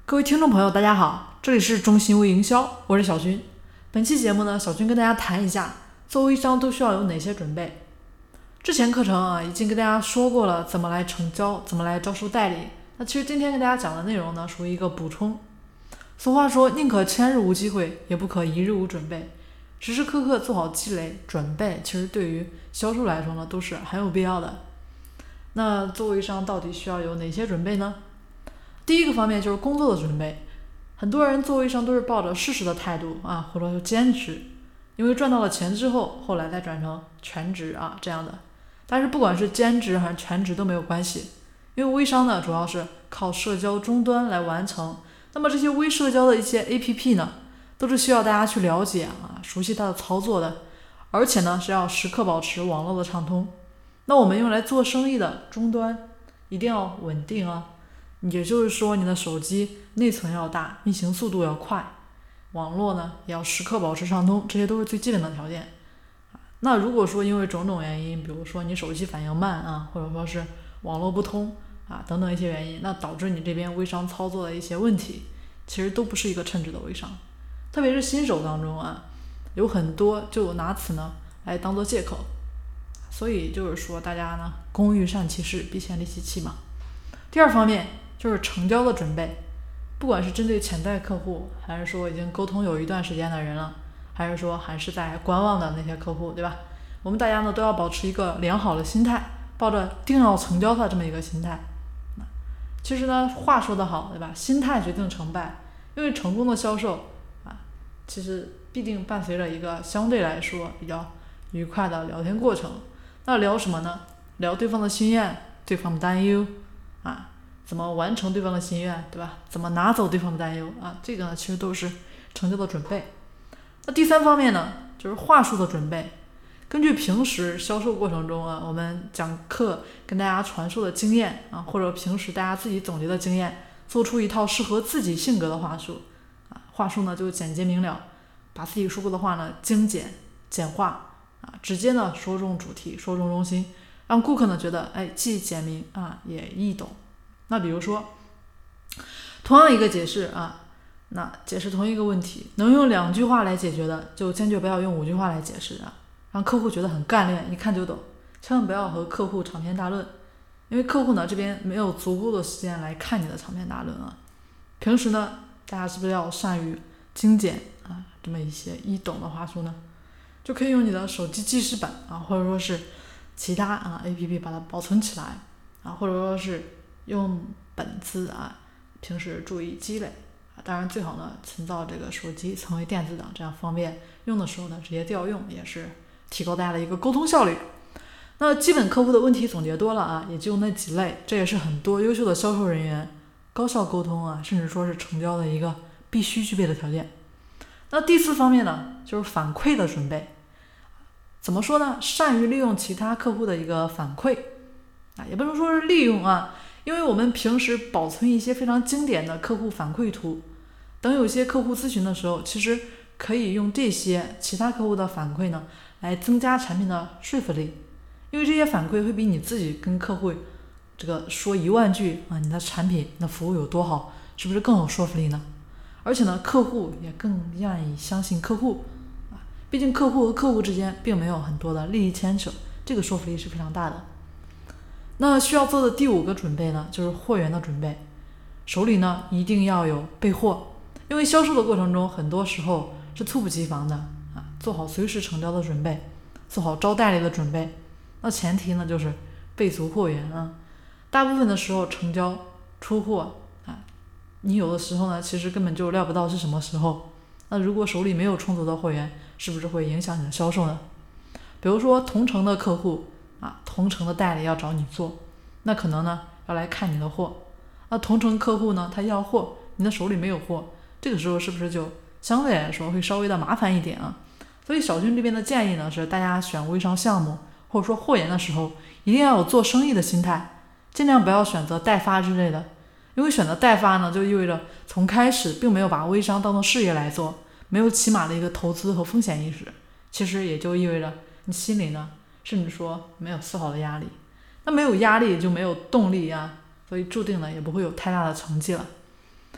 各位听众朋友，大家好，这里是中心微营销，我是小军。本期节目呢，小军跟大家谈一下做微商都需要有哪些准备。之前课程已经跟大家说过了怎么来成交，怎么来招收代理。那其实今天跟大家讲的内容呢，属于一个补充。俗话说，宁可千日无机会，也不可一日无准备。时时刻刻做好积累准备，其实对于销售来说呢，都是很有必要的。那做微商到底需要有哪些准备呢？第一个方面就是工作的准备。很多人做微商都是抱着试试的态度或者是兼职，因为赚到了钱之后，后来再转成全职这样的。但是不管是兼职还是全职都没有关系，因为微商呢主要是靠社交终端来完成。那么这些微社交的一些 APP 呢，都是需要大家去了解熟悉它的操作的，而且呢是要时刻保持网络的畅通。那我们用来做生意的终端一定要稳定也就是说你的手机内存要大，运行速度要快，网络呢也要时刻保持畅通，这些都是最基本的条件。那如果说因为种种原因，比如说你手机反应慢或者说是网络不通等等一些原因，那导致你这边微商操作的一些问题，其实都不是一个称职的微商。特别是新手当中有很多就拿此呢来当做借口。所以就是说大家呢，工欲善其事，必先利其器嘛。第二方面就是成交的准备，不管是针对潜在客户，还是说已经沟通有一段时间的人了，还是说还是在观望的那些客户，对吧？我们大家呢都要保持一个良好的心态，抱着定要成交的这么一个心态。其实呢，话说得好，对吧？心态决定成败，因为成功的销售其实必定伴随着一个相对来说比较愉快的聊天过程。那聊什么呢？聊对方的心愿，对方的担忧怎么完成对方的心愿，对吧？怎么拿走对方的担忧这个呢其实都是成交的准备。那第三方面呢，就是话术的准备。根据平时销售过程中我们讲课跟大家传授的经验或者平时大家自己总结的经验，做出一套适合自己性格的话术话术呢就简洁明了，把自己说过的话呢精简简化直接呢说中主题，说中中心，让顾客呢觉得既简明也易懂。那比如说同样一个解释那解释同一个问题，能用2句话来解决的，就坚决不要用5句话来解释让客户觉得很干练，一看就懂。千万不要和客户长篇大论，因为客户呢这边没有足够的时间来看你的长篇大论平时呢大家是不是要善于精简这么一些易懂的话术呢？就可以用你的手机记事本或者说是其他APP 把它保存起来或者说是用本子平时注意积累当然最好呢存到这个手机成为电子档，这样方便用的时候呢直接调用，也是提高大家的一个沟通效率。那基本客户的问题总结多了也就那几类，这也是很多优秀的销售人员高效沟通甚至说是成交的一个必须具备的条件。那第4方面呢，就是反馈的准备。怎么说呢？善于利用其他客户的一个反馈也不能说是利用因为我们平时保存一些非常经典的客户反馈图，等有些客户咨询的时候，其实可以用这些其他客户的反馈呢来增加产品的说服力。因为这些反馈会比你自己跟客户这个说1万句你的产品你的服务有多好，是不是更有说服力呢？而且呢，客户也更愿意相信客户毕竟客户和客户之间并没有很多的利益牵扯，这个说服力是非常大的。那需要做的第5个准备呢，就是货源的准备。手里呢一定要有备货，因为销售的过程中很多时候是猝不及防的做好随时成交的准备，做好招代理的准备。那前提呢就是备足货源大部分的时候成交出货你有的时候呢其实根本就料不到是什么时候。那如果手里没有充足的货源，是不是会影响你的销售呢？比如说同城的客户同城的代理要找你做，那可能呢要来看你的货。那同城客户呢他要货，你的手里没有货，这个时候是不是就相对来说会稍微的麻烦一点所以小军这边的建议呢是，大家选微商项目或者说货源的时候，一定要有做生意的心态，尽量不要选择代发之类的。因为选择代发呢，就意味着从开始并没有把微商当做事业来做，没有起码的一个投资和风险意识。其实也就意味着你心里呢，甚至说没有丝毫的压力。那没有压力就没有动力所以注定呢也不会有太大的成绩了。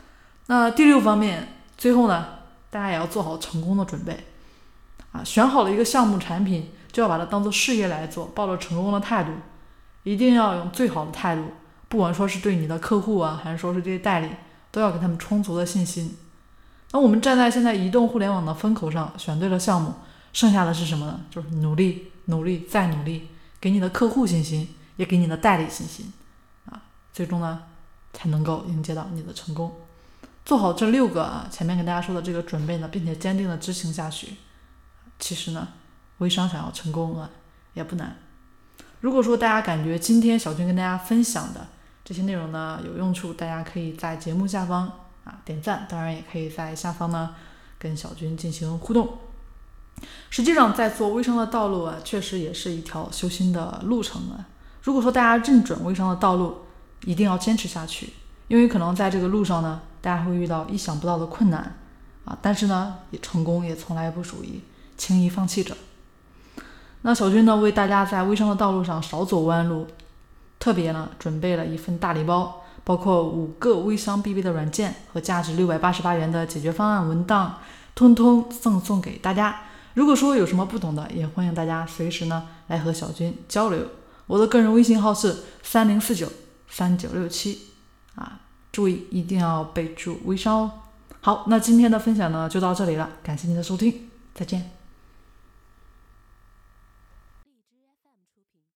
那第6方面，最后呢，大家也要做好成功的准备选好了一个项目产品，就要把它当做事业来做，抱着成功的态度，一定要用最好的态度，不管说是对你的客户还是说是这些代理，都要给他们充足的信心。那我们站在现在移动互联网的风口上，选对了项目，剩下的是什么呢？就是努力努力再努力，给你的客户信心，也给你的代理信心最终呢才能够迎接到你的成功。做好这6个前面跟大家说的这个准备呢，并且坚定的执行下去，其实呢微商想要成功也不难。如果说大家感觉今天小军跟大家分享的这些内容呢有用处，大家可以在节目下方点赞，当然也可以在下方呢跟小军进行互动。实际上在做微商的道路确实也是一条修心的路程如果说大家认准微商的道路，一定要坚持下去，因为可能在这个路上呢，大家会遇到意想不到的困难但是呢，成功也从来不属于轻易放弃者。那小军呢，为大家在微商的道路上少走弯路，特别呢准备了一份大礼包，包括5个微商必备的软件和价值688元的解决方案文档，通通送给大家。如果说有什么不懂的，也欢迎大家随时呢来和小军交流。我的个人微信号是30493967注意一定要备注微商哦。好，那今天的分享呢就到这里了，感谢您的收听，再见。